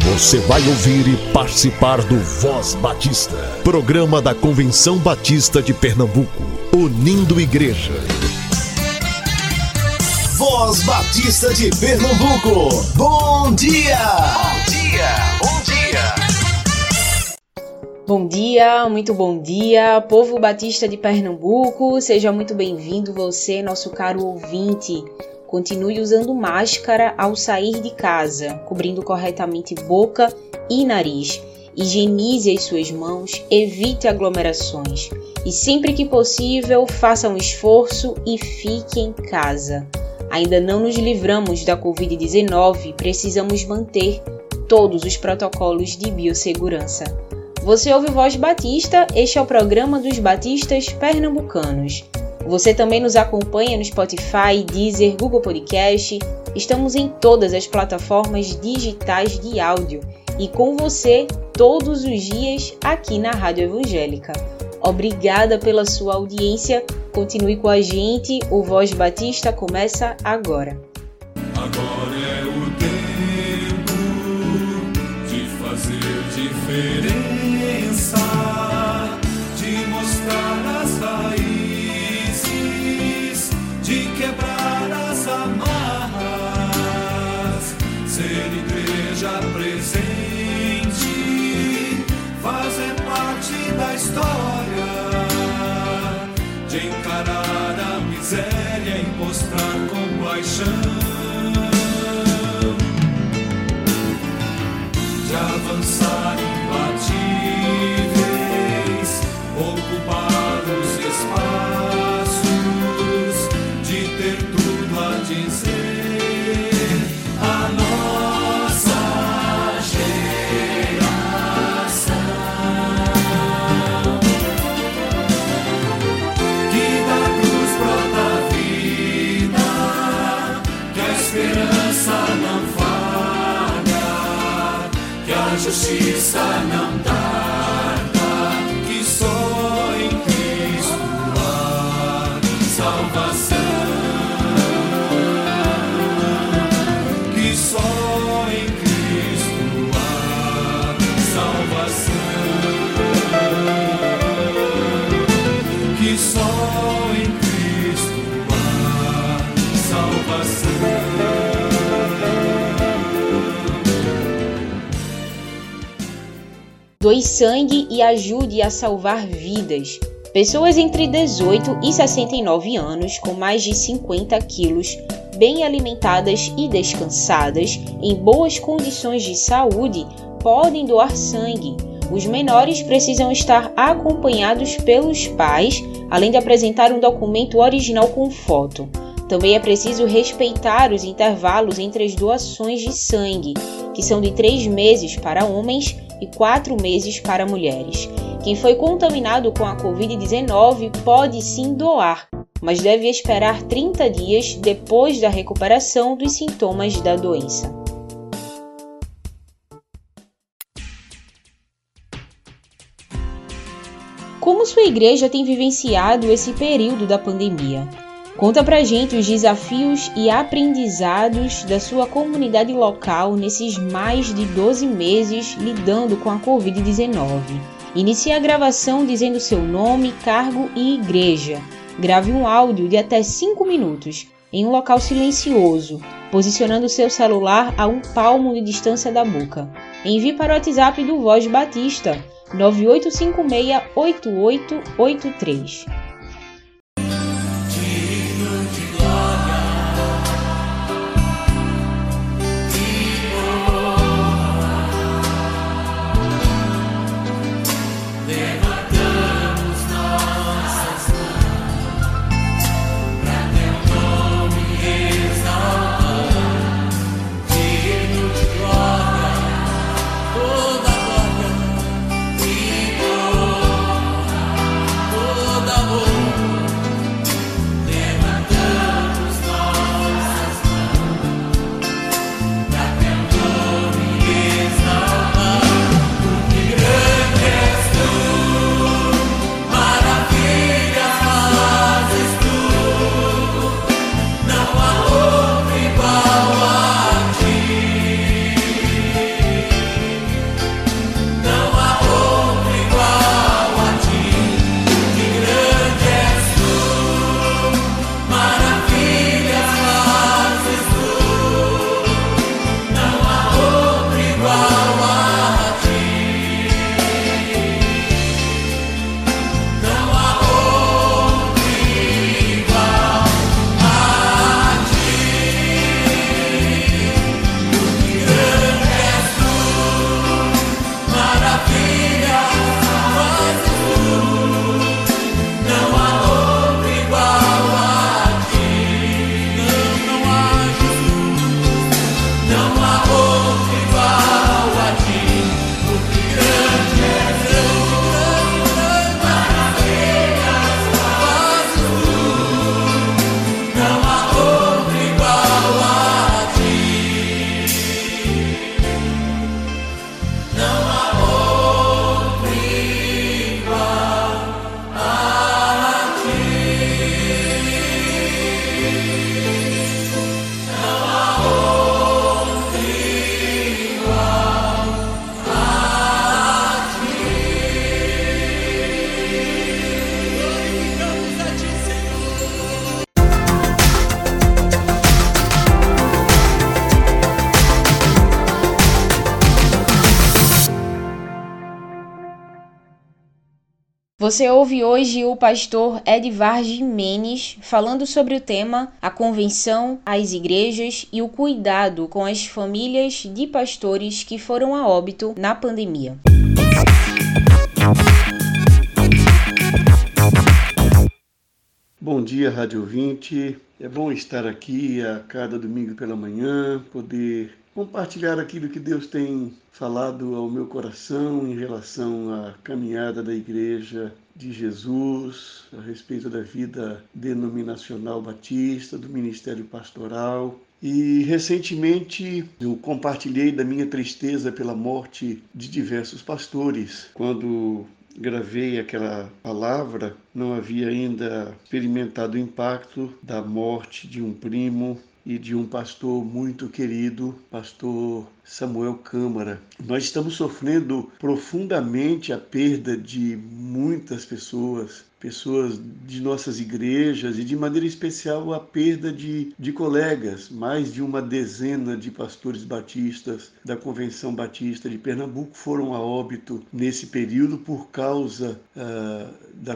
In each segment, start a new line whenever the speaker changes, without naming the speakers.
Você vai ouvir e participar do Voz Batista, programa da Convenção Batista de Pernambuco, unindo igreja.
Voz Batista de Pernambuco, bom dia! Bom dia, bom dia!
Bom dia, muito bom dia, povo batista de Pernambuco, seja muito bem-vindo você, nosso caro ouvinte. Continue usando máscara ao sair de casa, cobrindo corretamente boca e nariz. Higienize as suas mãos, evite aglomerações e sempre que possível faça um esforço e fique em casa. Ainda não nos livramos da Covid-19, precisamos manter todos os protocolos de biossegurança. Você ouve Voz Batista, este é o programa dos batistas pernambucanos. Você também nos acompanha no Spotify, Deezer, Google Podcast. Estamos em todas as plataformas digitais de áudio e com você todos os dias aqui na Rádio Evangélica. Obrigada pela sua audiência. Continue com a gente. O Voz Batista começa agora.
Agora é o tempo de fazer diferença, de mostrar as raízes, de quebrar as amarras, ser igreja presente, fazer parte da história, de encarar a miséria e mostrar compaixão, de avançar imbatíveis, ocupar os espaços, de ter tudo a dizer, a nossa geração, que da cruz brota a vida, que a esperança não falha, que a justiça não tarda, que só em Cristo há salvação, que só em Cristo há salvação, que só em Cristo há salvação.
Doe sangue e ajude a salvar vidas. Pessoas entre 18 e 69 anos com mais de 50 quilos, bem alimentadas e descansadas, em boas condições de saúde, podem doar sangue. Os menores precisam estar acompanhados pelos pais, além de apresentar um documento original com foto. Também é preciso respeitar os intervalos entre as doações de sangue, que são de 3 meses para homens e 4 meses para mulheres. Quem foi contaminado com a Covid-19 pode sim doar, mas deve esperar 30 dias depois da recuperação dos sintomas da doença. Como sua igreja tem vivenciado esse período da pandemia? Conta pra gente os desafios e aprendizados da sua comunidade local nesses mais de 12 meses lidando com a Covid-19. Inicie a gravação dizendo seu nome, cargo e igreja. Grave um áudio de até 5 minutos em um local silencioso, posicionando seu celular a 1 palmo de distância da boca. Envie para o WhatsApp do Voz Batista, 98568883.
Toda
Você ouve hoje o pastor Edvar Jimenez falando sobre o tema a convenção, as igrejas e o cuidado com as famílias de pastores que foram a óbito na pandemia.
Bom dia, Rádio Ouvinte. É bom estar aqui a cada domingo pela manhã, poder compartilhar aquilo que Deus tem falado ao meu coração em relação à caminhada da Igreja de Jesus, a respeito da vida denominacional batista, do ministério pastoral. E recentemente eu compartilhei da minha tristeza pela morte de diversos pastores. Quando gravei aquela palavra, não havia ainda experimentado o impacto da morte de um primo e de um pastor muito querido, pastor Samuel Câmara. Nós estamos sofrendo profundamente a perda de muitas pessoas de nossas igrejas e, de maneira especial, a perda de colegas. Mais de uma dezena de pastores batistas da Convenção Batista de Pernambuco foram a óbito nesse período por causa da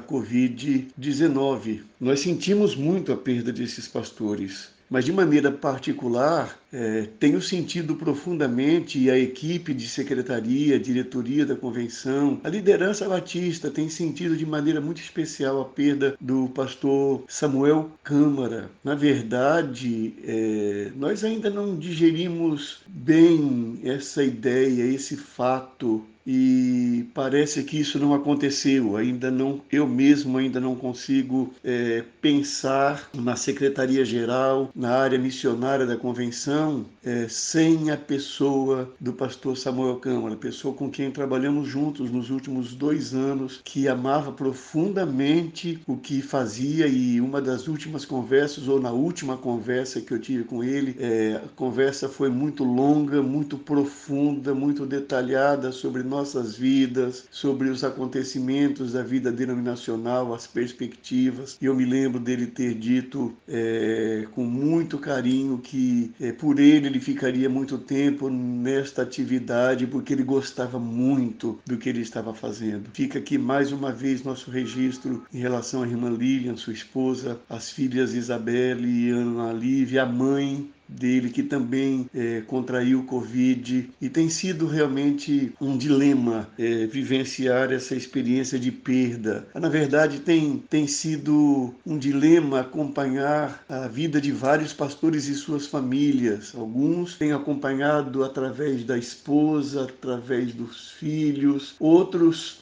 Covid-19. Nós sentimos muito a perda desses pastores, mas de maneira particular, tenho sentido profundamente, e a equipe de secretaria, diretoria da convenção, a liderança batista tem sentido de maneira muito especial a perda do pastor Samuel Câmara. Na verdade, nós ainda não digerimos bem essa ideia, esse fato, e parece que isso não aconteceu. Eu mesmo ainda não consigo pensar na secretaria-geral, na área missionária da convenção, sem a pessoa do pastor Samuel Câmara, pessoa com quem trabalhamos juntos nos últimos 2 anos, que amava profundamente o que fazia. E uma das últimas conversas, ou na última conversa que eu tive com ele, a conversa foi muito longa, muito profunda, muito detalhada sobre nossas vidas, sobre os acontecimentos da vida denominacional, as perspectivas. E eu me lembro dele ter dito com muito carinho que por ele ficaria muito tempo nesta atividade, porque ele gostava muito do que ele estava fazendo. Fica aqui mais uma vez nosso registro em relação à irmã Lilian, sua esposa, as filhas Isabelle e Ana Lívia, a mãe dele, que também contraiu o Covid, e tem sido realmente um dilema vivenciar essa experiência de perda. Na verdade, tem sido um dilema acompanhar a vida de vários pastores e suas famílias. Alguns têm acompanhado através da esposa, através dos filhos, outros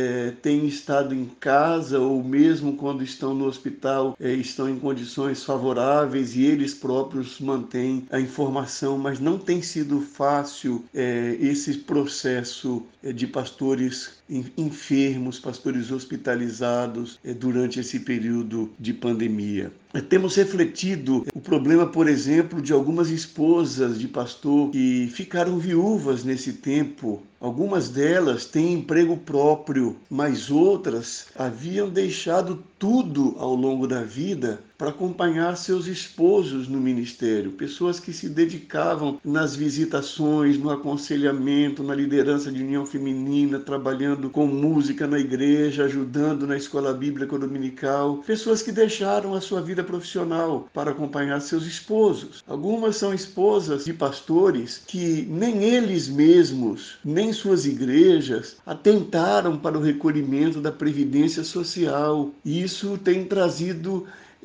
têm estado em casa, ou mesmo quando estão no hospital, estão em condições favoráveis e eles próprios mantêm a informação, mas não tem sido fácil esse processo de pastores enfermos, pastores hospitalizados durante esse período de pandemia. Temos refletido o problema, por exemplo, de algumas esposas de pastor que ficaram viúvas nesse tempo. Algumas delas têm emprego próprio, mas outras haviam deixado tudo ao longo da vida para acompanhar seus esposos no ministério. Pessoas que se dedicavam nas visitações, no aconselhamento, na liderança de união feminina, trabalhando com música na igreja, ajudando na escola bíblica dominical. Pessoas que deixaram a sua vida profissional para acompanhar seus esposos. Algumas são esposas de pastores que nem eles mesmos, nem suas igrejas atentaram para o recolhimento da Previdência Social. E isso tem trazido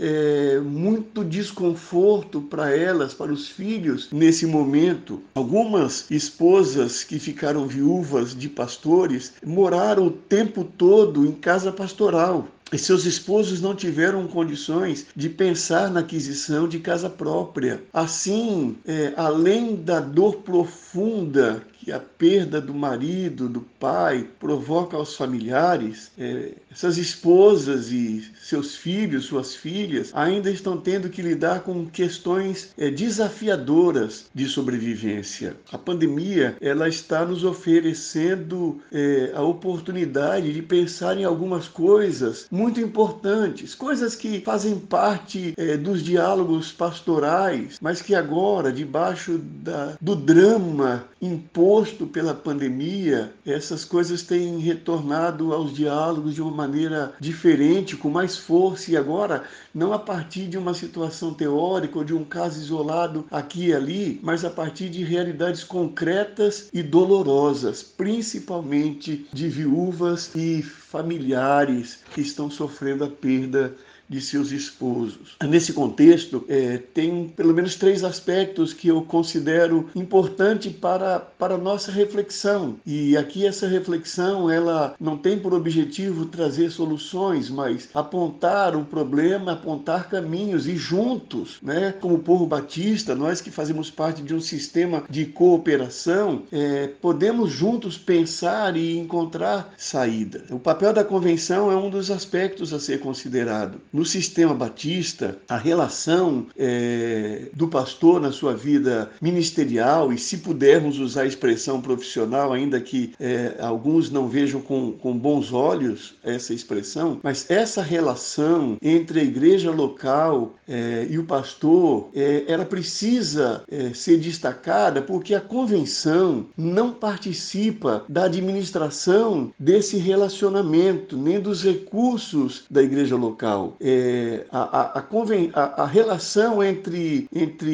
muito desconforto para elas, para os filhos nesse momento. Algumas esposas que ficaram viúvas de pastores moraram o tempo todo em casa pastoral. E seus esposos não tiveram condições de pensar na aquisição de casa própria. Assim, além da dor profunda que a perda do marido, do pai, provoca aos familiares, essas esposas e seus filhos, suas filhas, ainda estão tendo que lidar com questões desafiadoras de sobrevivência. A pandemia, ela está nos oferecendo a oportunidade de pensar em algumas coisas muito importantes, coisas que fazem parte dos diálogos pastorais, mas que agora, debaixo do drama clima imposto pela pandemia, essas coisas têm retornado aos diálogos de uma maneira diferente, com mais força, e agora não a partir de uma situação teórica ou de um caso isolado aqui e ali, mas a partir de realidades concretas e dolorosas, principalmente de viúvas e familiares que estão sofrendo a perda de seus esposos. Nesse contexto, tem pelo menos 3 aspectos que eu considero importante para a nossa reflexão. E aqui essa reflexão, ela não tem por objetivo trazer soluções, mas apontar um problema, apontar caminhos, e juntos, como povo batista, nós que fazemos parte de um sistema de cooperação, podemos juntos pensar e encontrar saída. O papel da convenção é um dos aspectos a ser considerado. No sistema batista, a relação do pastor na sua vida ministerial, e se pudermos usar a expressão profissional, ainda que alguns não vejam com bons olhos essa expressão, mas essa relação entre a igreja local e o pastor, ela precisa ser destacada, porque a convenção não participa da administração desse relacionamento, nem dos recursos da igreja local. A relação entre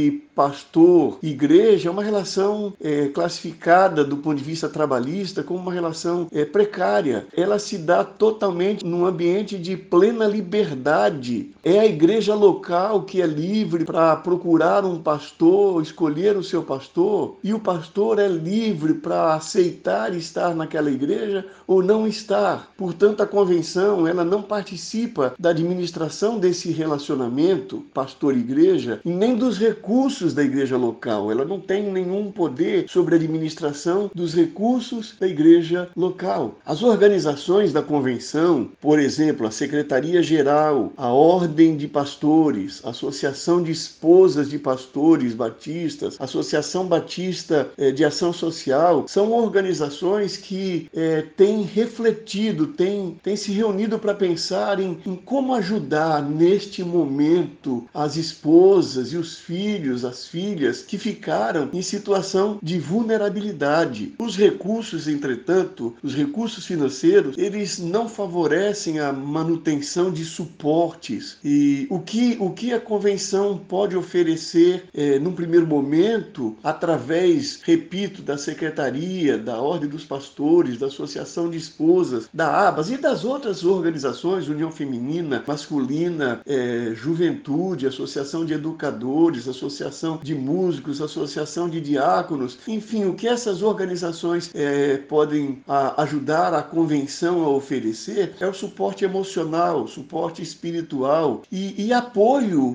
pastor e igreja é uma relação classificada do ponto de vista trabalhista como uma relação precária. Ela se dá totalmente num ambiente de plena liberdade. É a igreja local que é livre para procurar um pastor, escolher o seu pastor, e o pastor é livre para aceitar estar naquela igreja ou não estar. Portanto, a convenção, ela não participa da administração desse relacionamento pastor-igreja e nem dos recursos da igreja local. Ela não tem nenhum poder sobre a administração dos recursos da igreja local. As organizações da convenção, por exemplo, a Secretaria-Geral, a Ordem de Pastores, a Associação de Esposas de Pastores Batistas, a Associação Batista de Ação Social, são organizações que têm refletido, têm se reunido para pensar em como ajudar neste momento as esposas e os filhos, as filhas que ficaram em situação de vulnerabilidade. Os recursos, entretanto, os recursos financeiros, eles não favorecem a manutenção de suportes. E o que a convenção pode oferecer num primeiro momento, através, repito, da Secretaria, da Ordem dos Pastores, da Associação de Esposas, da ABAS e das outras organizações, União Feminina, Masculina, Juventude, Associação de Educadores, Associação de Músicos, Associação de Diáconos, enfim, o que essas organizações podem ajudar a convenção a oferecer é o suporte emocional, suporte espiritual e apoio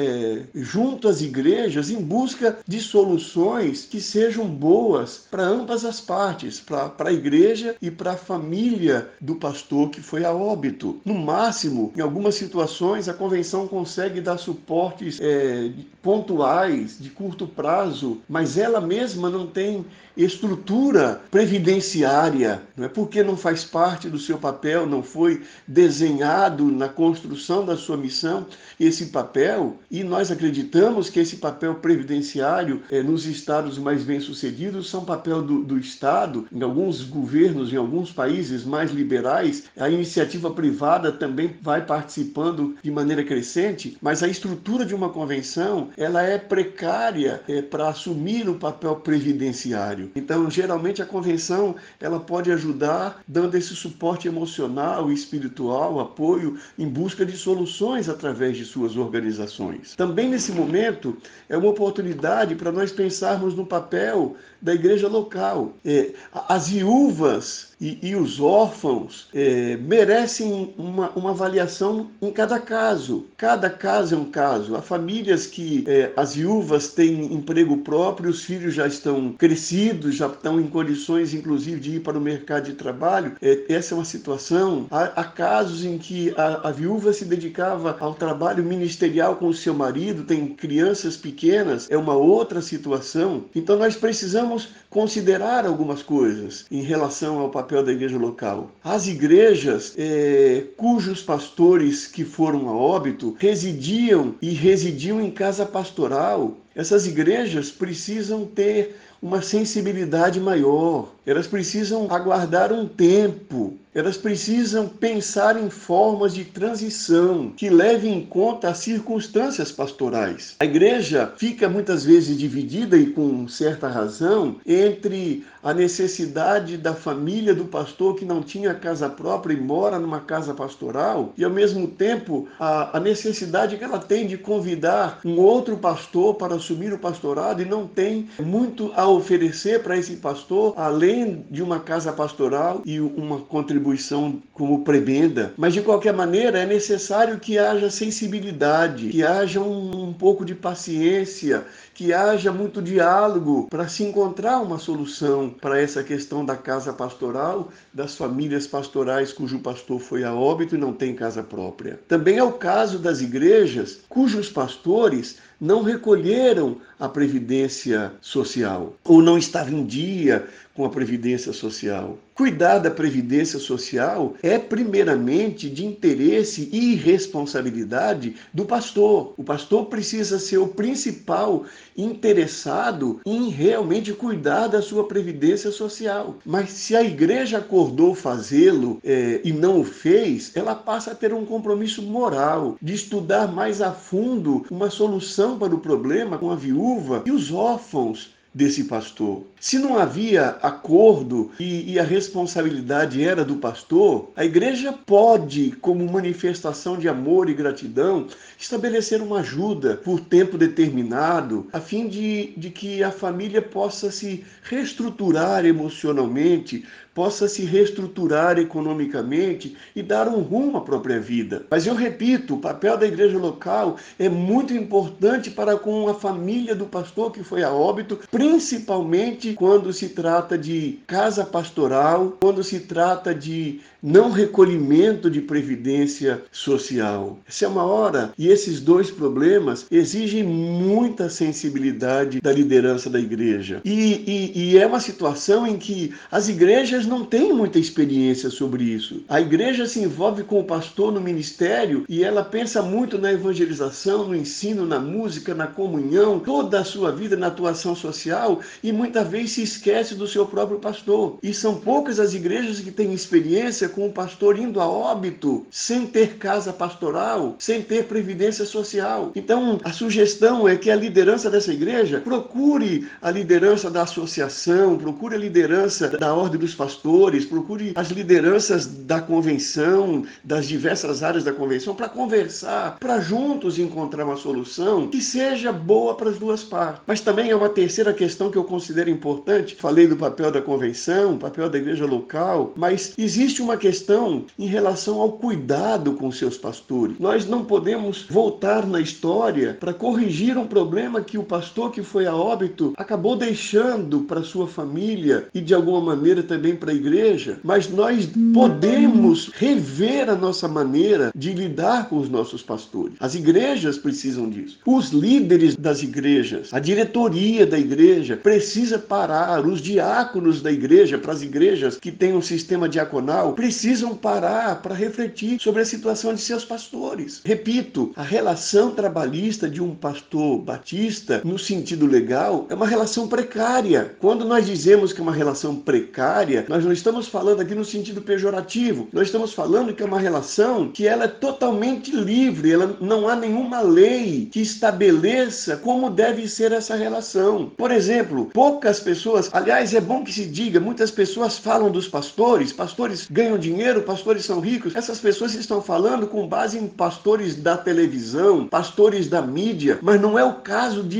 junto às igrejas em busca de soluções que sejam boas para ambas as partes, para a igreja e para a família do pastor que foi a óbito. No máximo, em algumas situações, a convenção consegue dar suportes pontuais, de curto prazo, mas ela mesma não tem estrutura previdenciária, não é porque não faz parte do seu papel, não foi desenhado na construção da sua missão esse papel, e nós acreditamos que esse papel previdenciário nos estados mais bem-sucedidos são papel do Estado. Em alguns governos, em alguns países mais liberais, a iniciativa privada também vai participando de maneira crescente, mas a estrutura de uma convenção, ela é precária para assumir o papel previdenciário. Então, geralmente, a convenção ela pode ajudar dando esse suporte emocional e espiritual, apoio em busca de soluções através de suas organizações. Também, nesse momento, é uma oportunidade para nós pensarmos no papel da igreja local. As viúvas e os órfãos merecem uma avaliação em cada caso. Cada caso é um caso. Há famílias que as viúvas têm emprego próprio, os filhos já estão crescidos, já estão em condições, inclusive, de ir para o mercado de trabalho. Essa é uma situação. Há casos em que a viúva se dedicava ao trabalho ministerial com o seu marido, tem crianças pequenas, é uma outra situação. Então, nós precisamos considerar algumas coisas em relação ao papel da igreja local. As igrejas cujos pastores que foram a óbito residiam em casa pastoral, essas igrejas precisam ter uma sensibilidade maior, elas precisam aguardar um tempo, elas precisam pensar em formas de transição que levem em conta as circunstâncias pastorais. A igreja fica muitas vezes dividida, e com certa razão, entre a necessidade da família do pastor que não tinha casa própria e mora numa casa pastoral, e ao mesmo tempo a necessidade que ela tem de convidar um outro pastor para assumir o pastorado e não tem muito a oferecer para esse pastor, além de uma casa pastoral e uma contribuição como prebenda. Mas de qualquer maneira é necessário que haja sensibilidade, que haja um pouco de paciência, que haja muito diálogo para se encontrar uma solução para essa questão da casa pastoral, das famílias pastorais cujo pastor foi a óbito e não tem casa própria. Também é o caso das igrejas cujos pastores não recolheram a previdência social ou não estavam em dia com a previdência social. Cuidar da previdência social é primeiramente de interesse e responsabilidade do pastor. O pastor precisa ser o principal interessado em realmente cuidar da sua previdência social. Mas se a igreja acordou fazê-lo e não o fez, ela passa a ter um compromisso moral de estudar mais a fundo uma solução para o problema com a viúva e os órfãos desse pastor. Se não havia acordo e a responsabilidade era do pastor, a igreja pode, como manifestação de amor e gratidão, estabelecer uma ajuda por tempo determinado, a fim de que a família possa se reestruturar emocionalmente, possa se reestruturar economicamente e dar um rumo à própria vida. Mas eu repito, o papel da igreja local é muito importante para com a família do pastor que foi a óbito, principalmente quando se trata de casa pastoral, quando se trata de não recolhimento de previdência social. Essa é uma hora, e esses dois problemas exigem muita sensibilidade da liderança da igreja. E é uma situação em que as igrejas não têm muita experiência sobre isso. A igreja se envolve com o pastor no ministério e ela pensa muito na evangelização, no ensino, na música, na comunhão, toda a sua vida na atuação social, e muitas vezes se esquece do seu próprio pastor. E são poucas as igrejas que têm experiência com o pastor indo a óbito sem ter casa pastoral, sem ter previdência social. Então, a sugestão é que a liderança dessa igreja procure a liderança da associação, procure a liderança da ordem dos pastores, procure as lideranças da convenção, das diversas áreas da convenção, para conversar, para juntos encontrar uma solução que seja boa para as duas partes. Mas também é uma terceira questão que eu considero importante. Falei do papel da convenção, papel da igreja local, mas existe uma questão em relação ao cuidado com seus pastores. Nós não podemos voltar na história para corrigir um problema que o pastor que foi a óbito acabou deixando para sua família e de alguma maneira também para a igreja, mas nós podemos rever a nossa maneira de lidar com os nossos pastores. As igrejas precisam disso. Os líderes das igrejas, a diretoria da igreja precisa parar, os diáconos da igreja, para as igrejas que têm um sistema diaconal, precisam parar para refletir sobre a situação de seus pastores. Repito, a relação trabalhista de um pastor batista, no sentido legal, é uma relação precária. Quando nós dizemos que é uma relação precária, nós não estamos falando aqui no sentido pejorativo. Nós estamos falando que é uma relação que ela é totalmente livre, ela não há nenhuma lei que estabeleça como deve ser essa relação. Por exemplo, poucas pessoas, aliás, é bom que se diga, muitas pessoas falam dos pastores ganham dinheiro, pastores são ricos. Essas pessoas estão falando com base em pastores da televisão, pastores da mídia, mas não é o caso de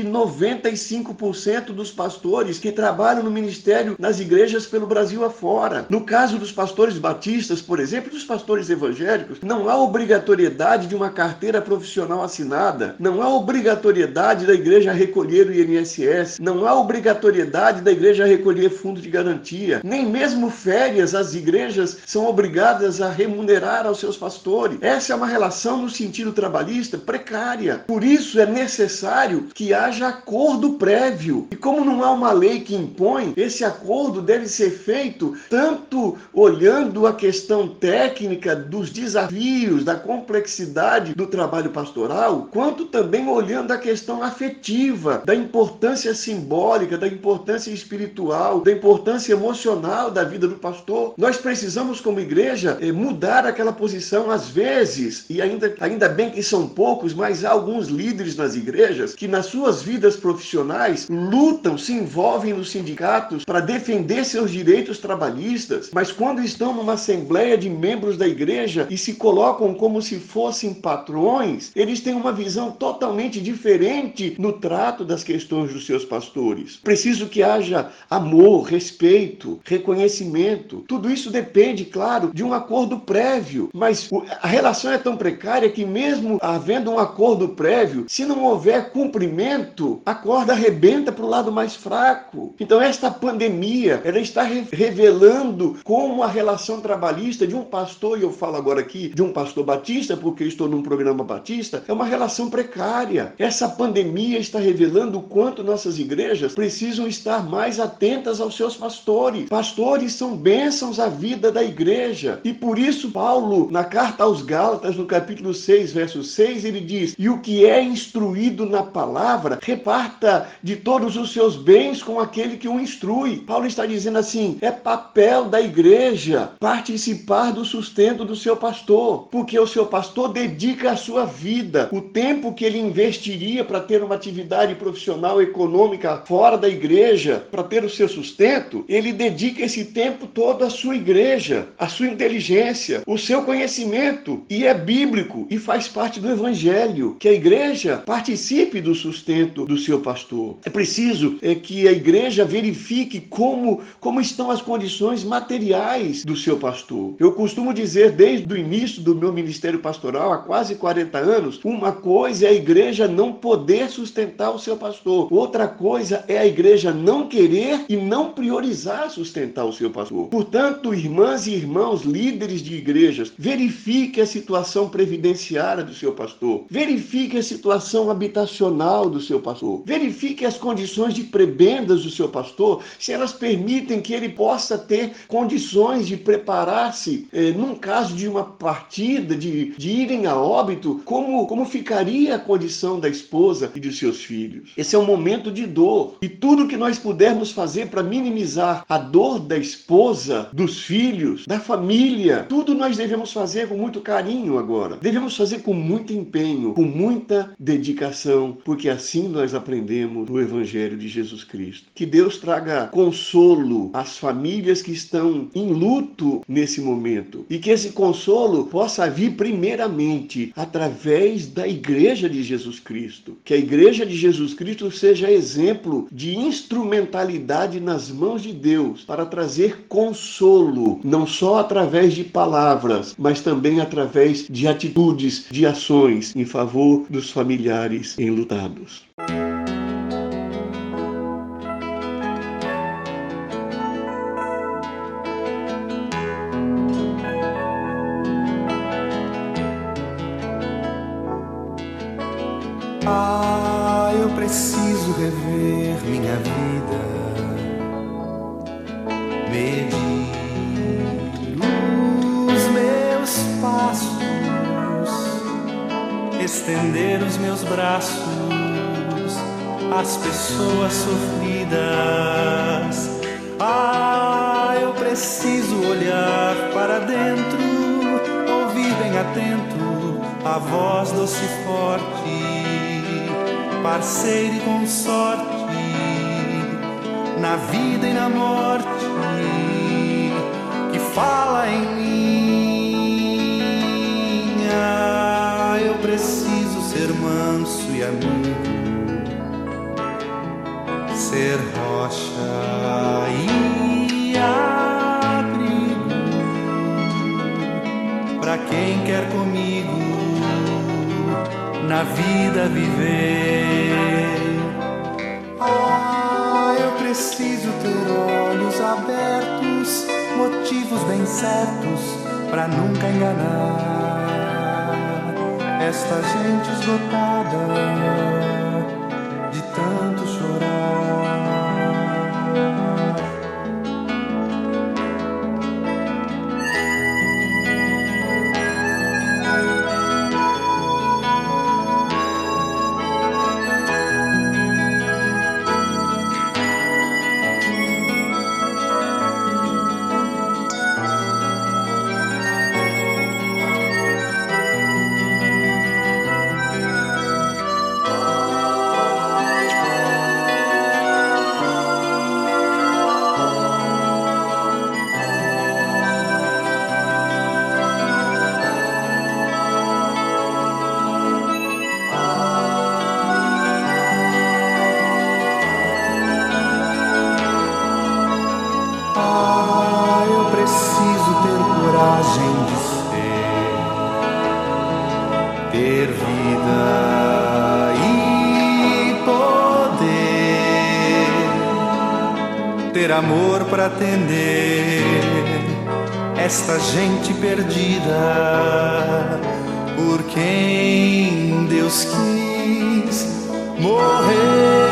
95% dos pastores que trabalham no ministério nas igrejas pelo Brasil afora. No caso dos pastores batistas, por exemplo, dos pastores evangélicos, não há obrigatoriedade de uma carteira profissional assinada, não há obrigatoriedade da igreja recolher o INSS, não há obrigatoriedade da igreja recolher fundo de garantia, nem mesmo férias as igrejas são obrigadas a remunerar aos seus pastores. Essa é uma relação no sentido trabalhista precária. Por isso é necessário que haja acordo prévio. E como não há uma lei que impõe, esse acordo deve ser feito tanto olhando a questão técnica dos desafios, da complexidade do trabalho pastoral, quanto também olhando a questão afetiva, da importância simbólica simbólica, da importância espiritual, da importância emocional da vida do pastor. Nós precisamos, como igreja, mudar aquela posição às vezes, e ainda bem que são poucos, mas há alguns líderes nas igrejas que nas suas vidas profissionais lutam, se envolvem nos sindicatos para defender seus direitos trabalhistas, mas quando estão numa assembleia de membros da igreja e se colocam como se fossem patrões, eles têm uma visão totalmente diferente no trato das questões dos seus pastores. Preciso que haja amor, respeito, reconhecimento. Tudo isso depende, claro, de um acordo prévio, mas a relação é tão precária que mesmo havendo um acordo prévio, se não houver cumprimento, a corda arrebenta para o lado mais fraco. Então esta pandemia, ela está revelando como a relação trabalhista de um pastor, e eu falo agora aqui de um pastor batista, porque estou num programa batista, é uma relação precária. Essa pandemia está revelando o quanto nossas igrejas precisam estar mais atentas aos seus pastores. Pastores são bênçãos à vida da igreja. E por isso Paulo, na carta aos Gálatas, no capítulo 6, verso 6, ele diz: e o que é instruído na palavra, reparta de todos os seus bens com aquele que o instrui. Paulo está dizendo assim, é papel da igreja participar do sustento do seu pastor, porque o seu pastor dedica a sua vida, o tempo que ele investiria para ter uma atividade profissional, econômica fora da igreja, para ter o seu sustento, ele dedica esse tempo todo à sua igreja, à sua inteligência, o seu conhecimento, e é bíblico e faz parte do evangelho, que a igreja participe do sustento do seu pastor. É preciso que a igreja verifique como estão as condições materiais do seu pastor. Eu costumo dizer, desde o início do meu ministério pastoral, há quase 40 anos, uma coisa é a igreja não poder sustentar o seu pastor, outra coisa é a igreja não querer e não priorizar sustentar o seu pastor. Portanto, irmãs e irmãos, líderes de igrejas, verifique a situação previdenciária do seu pastor, verifique a situação habitacional do seu pastor, verifique as condições de prebendas do seu pastor, se elas permitem que ele possa ter condições de preparar-se num caso de uma partida, de irem a óbito, como ficaria a condição da esposa e de seus filhos. Esse é um momento de dor, e tudo que nós pudermos fazer para minimizar a dor da esposa, dos filhos, da família, tudo nós devemos fazer com muito carinho agora. Devemos fazer com muito empenho, com muita dedicação, porque assim nós aprendemos o Evangelho de Jesus Cristo. Que Deus traga consolo às famílias que estão em luto nesse momento, e que esse consolo possa vir primeiramente através da Igreja de Jesus Cristo. Que a Igreja de Jesus Cristo seja exemplo de instrumentalidade nas mãos de Deus para trazer consolo, não só através de palavras, mas também através de atitudes, de ações em favor dos familiares enlutados.
Eu preciso rever minha vida, medir os meus passos, estender os meus braços às pessoas sofridas. Eu preciso olhar para dentro, ouvir bem atento a voz doce e forte, parceiro e consorte, na vida e na morte, que fala em mim. Eu preciso ser manso e amigo, ser rocha e abrigo para quem quer comigo na vida viver. Eu preciso ter olhos abertos, motivos bem certos pra nunca enganar esta gente esgotada de tanto chorar. Ah, eu preciso ter coragem de ser, ter vida e poder, ter amor para atender esta gente perdida, por quem Deus quis morrer.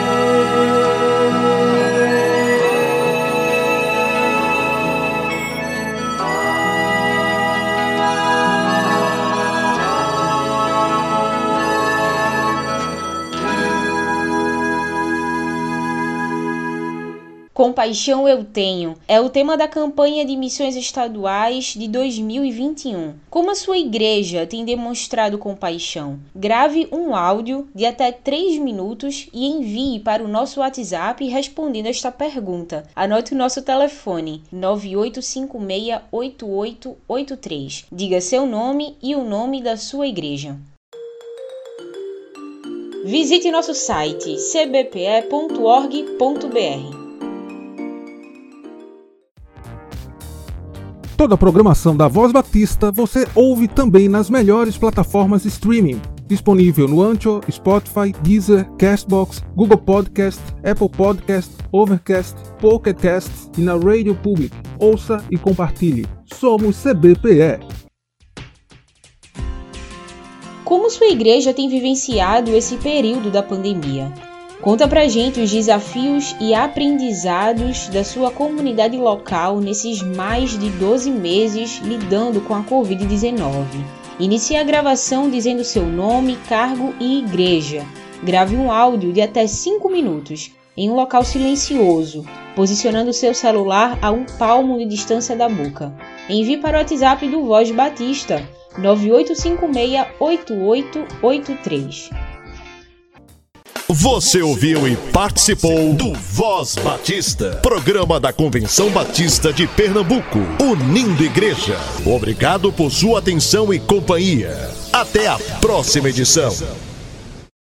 Compaixão eu tenho é o tema da campanha de missões estaduais de 2021. Como a sua igreja tem demonstrado compaixão? Grave um áudio de até 3 minutos e envie para o nosso WhatsApp respondendo esta pergunta. Anote o nosso telefone 98568883. Diga seu nome e o nome da sua igreja. Visite nosso site cbpe.org.br.
Toda a programação da Voz Batista você ouve também nas melhores plataformas de streaming. Disponível no Anchor, Spotify, Deezer, Castbox, Google Podcast, Apple Podcast, Overcast, Pocket Cast e na Radio Public. Ouça e compartilhe. Somos CBPE.
Como sua igreja tem vivenciado esse período da pandemia? Conta pra gente os desafios e aprendizados da sua comunidade local nesses mais de 12 meses lidando com a Covid-19. Inicie a gravação dizendo seu nome, cargo e igreja. Grave um áudio de até 5 minutos em um local silencioso, posicionando seu celular a 1 palmo de distância da boca. Envie para o WhatsApp do Voz Batista 98568883.
Você ouviu e participou do Voz Batista, programa da Convenção Batista de Pernambuco, unindo igreja. Obrigado por sua atenção e companhia. Até a próxima edição.